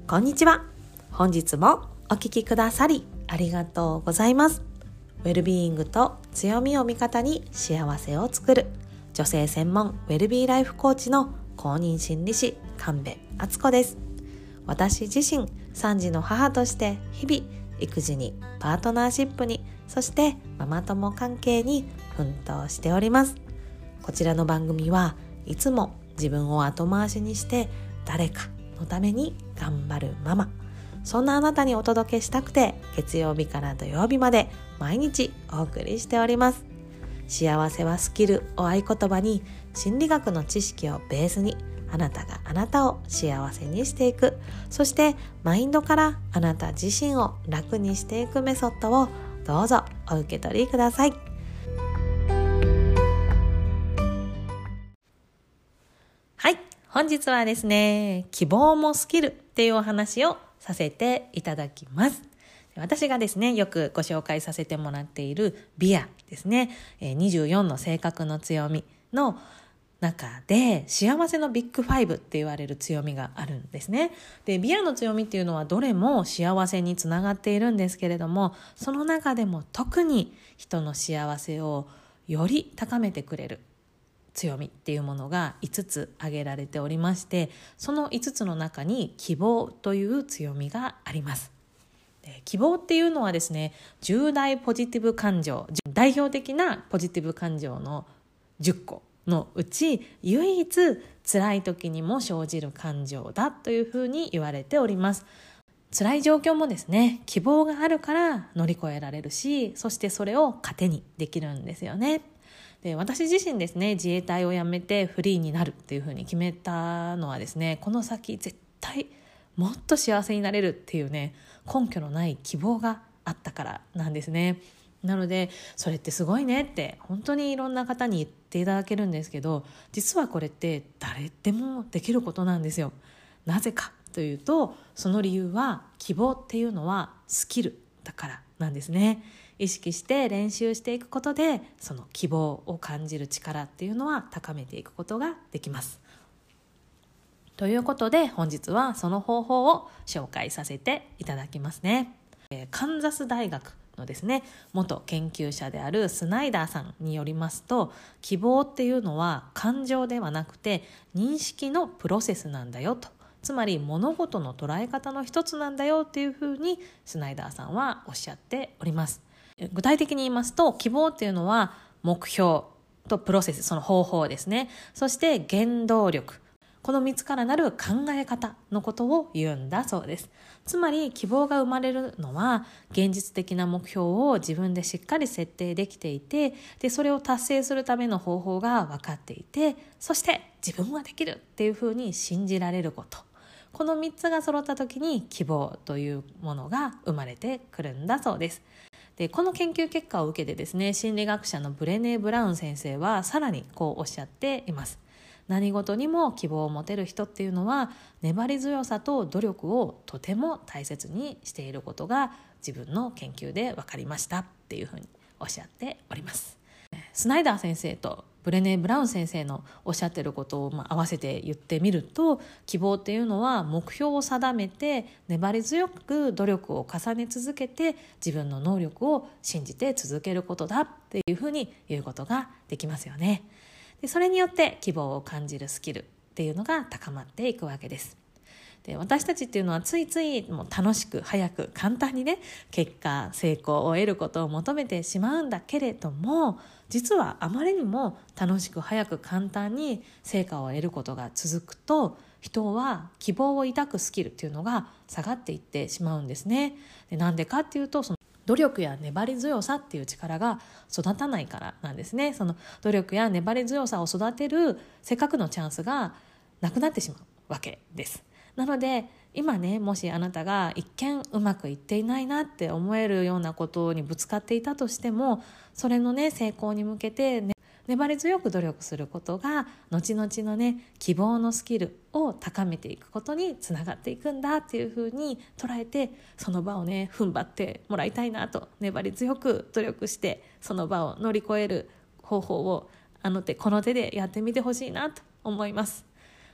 こんにちは。本日もお聞きくださりありがとうございます。ウェルビーイングと強みを味方に幸せを作る女性専門ウェルビーライフコーチの公認心理師神戸敦子です。私自身3児の母として日々育児にパートナーシップにそしてママ友関係に奮闘しております。こちらの番組はいつも自分を後回しにして誰かのために頑張るママ、そんなあなたにお届けしたくて月曜日から土曜日まで毎日お送りしております。幸せはスキルを合言葉に心理学の知識をベースにあなたがあなたを幸せにしていく、そしてマインドからあなた自身を楽にしていくメソッドをどうぞお受け取りください。はい、本日はですね、希望もスキルっていうお話をさせていただきます。私がですね、よくご紹介させてもらっているビアですね、24の性格の強みの中で幸せのビッグ5って言われる強みがあるんですね。で、ビアの強みっていうのはどれも幸せにつながっているんですけれども、その中でも特に人の幸せをより高めてくれる強みっていうものが5つ挙げられておりまして、その5つの中に希望という強みがあります。希望っていうのはですね、10大ポジティブ感情、代表的なポジティブ感情の10個のうち唯一辛い時にも生じる感情だというふうに言われております。辛い状況もですね、希望があるから乗り越えられるし、そしてそれを糧にできるんですよね。で、私自身ですね、自衛隊を辞めてフリーになるっていうふうに決めたのはですね、この先絶対もっと幸せになれるっていうね、根拠のない希望があったからなんですね。なのでそれってすごいねって本当にいろんな方に言っていただけるんですけど、実はこれって誰でもできることなんですよ。なぜかというと、その理由は希望っていうのはスキルだからなんですね。意識して練習していくことで、その希望を感じる力っていうのは高めていくことができます。ということで本日はその方法を紹介させていただきますね。カンザス大学のですね、元研究者であるスナイダーさんによりますと、希望っていうのは感情ではなくて認識のプロセスなんだよと、つまり物事の捉え方の一つなんだよっていうふうにスナイダーさんはおっしゃっております。具体的に言いますと、希望っていうのは目標とプロセス、その方法ですね、そして原動力、この3つからなる考え方のことを言うんだそうです。つまり希望が生まれるのは現実的な目標を自分でしっかり設定できていて、でそれを達成するための方法が分かっていて、そして自分はできるっていうふうに信じられること、この3つが揃った時に希望というものが生まれてくるんだそうです。で、この研究結果を受けてですね、心理学者のブレネー・ブラウン先生はさらにこうおっしゃっています。何事にも希望を持てる人っていうのは粘り強さと努力をとても大切にしていることが自分の研究で分かりましたっていうふうにおっしゃっております。スナイダー先生とブレネー・ブラウン先生のおっしゃっていることを合わせて言ってみると、希望っていうのは目標を定めて粘り強く努力を重ね続けて自分の能力を信じて続けることだっていうふうに言うことができますよね。でそれによって希望を感じるスキルっていうのが高まっていくわけです。で私たちっていうのはついついもう楽しく早く簡単にね、結果成功を得ることを求めてしまうんだけれども、実はあまりにも楽しく早く簡単に成果を得ることが続くと、人は希望を抱くスキルっていうのが下がっていってしまうんですね。でなんでかっていうと、その努力や粘り強さっていう力が育たないからなんですね。その努力や粘り強さを育てるせっかくのチャンスがなくなってしまうわけです。なので今ね、もしあなたが一見うまくいっていないなって思えるようなことにぶつかっていたとしても、それのね成功に向けて粘り強く努力することが後々のね希望のスキルを高めていくことにつながっていくんだっていうふうに捉えて、その場をね踏ん張ってもらいたいなと、粘り強く努力してその場を乗り越える方法をあの手この手でやってみてほしいなと思います。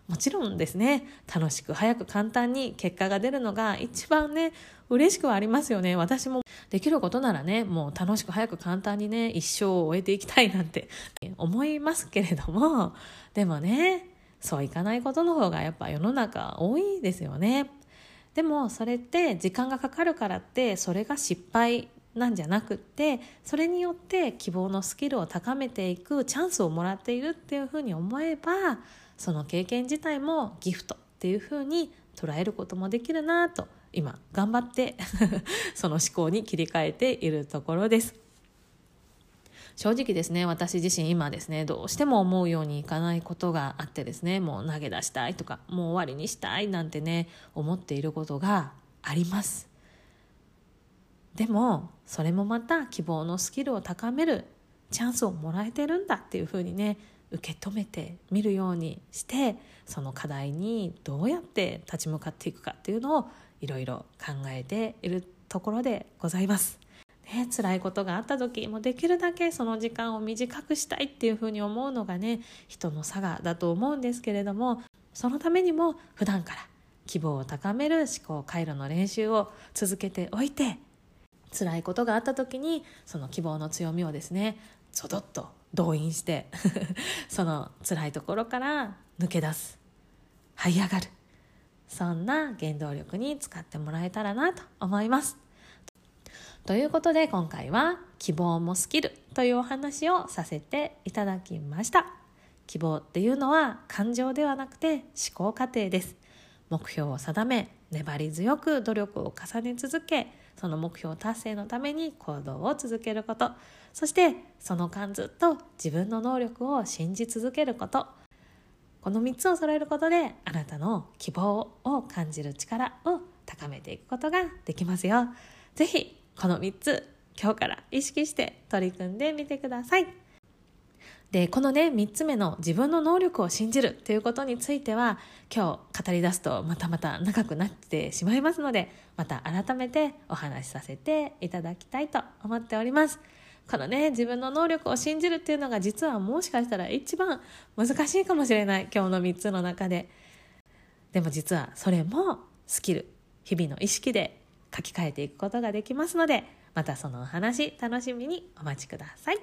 もちろんですね、楽しく早く簡単に結果が出るのが一番ね、嬉しくはありますよね。私もできることならね、もう楽しく早く簡単にね、一生を終えていきたいなんて思いますけれども、でもね、そういかないことの方がやっぱ世の中多いですよね。でもそれって時間がかかるからってそれが失敗なんじゃなくって、それによって希望のスキルを高めていくチャンスをもらっているっていうふうに思えば、その経験自体もギフトっていうふうに捉えることもできるなと今頑張ってその思考に切り替えているところです。正直ですね、私自身今ですね、どうしても思うようにいかないことがあってですね、もう投げ出したいとかもう終わりにしたいなんてね思っていることがあります。でもそれもまた希望のスキルを高めるチャンスをもらえてるんだっていうふうにね受け止めてみるようにして、その課題にどうやって立ち向かっていくかっていうのをいろいろ考えているところでございます。辛いことがあった時もできるだけその時間を短くしたいっていうふうに思うのがね、人の差がだと思うんですけれども、そのためにも普段から希望を高める思考回路の練習を続けておいて、辛いことがあった時にその希望の強みをですねゾドッと動員してその辛いところから抜け出す、這い上がる、そんな原動力に使ってもらえたらなと思います。ということで今回は希望もスキルというお話をさせていただきました。希望っていうのは感情ではなくて思考過程です。目標を定め、粘り強く努力を重ね続け、その目標達成のために行動を続けること、そしてその間ずっと自分の能力を信じ続けること、この3つを揃えることであなたの希望を感じる力を高めていくことができますよ。ぜひこの3つ今日から意識して取り組んでみてください。でこのね3つ目の自分の能力を信じるということについては、今日語り出すとまた長くなってしまいますので、また改めてお話しさせていただきたいと思っております。このね自分の能力を信じるっていうのが実はもしかしたら一番難しいかもしれない、今日の3つの中で。でも実はそれもスキル、日々の意識で書き換えていくことができますので、またそのお話楽しみにお待ちください。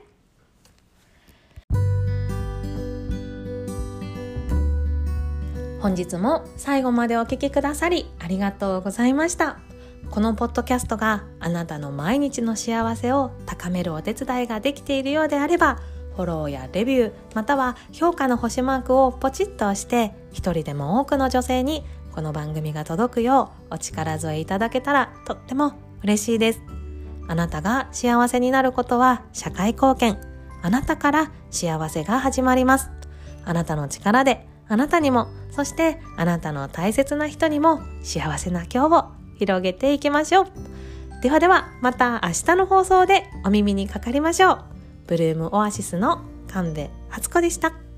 本日も最後までお聞きくださりありがとうございました。このポッドキャストがあなたの毎日の幸せを高めるお手伝いができているようであれば、フォローやレビューまたは評価の星マークをポチッと押して、一人でも多くの女性にこの番組が届くようお力添えいただけたらとっても嬉しいです。あなたが幸せになることは社会貢献。あなたから幸せが始まります。あなたの力であなたにも、そしてあなたの大切な人にも幸せな今日を広げていきましょう。ではではまた明日の放送でお耳にかかりましょう。ブルームオアシスの神戸初子でした。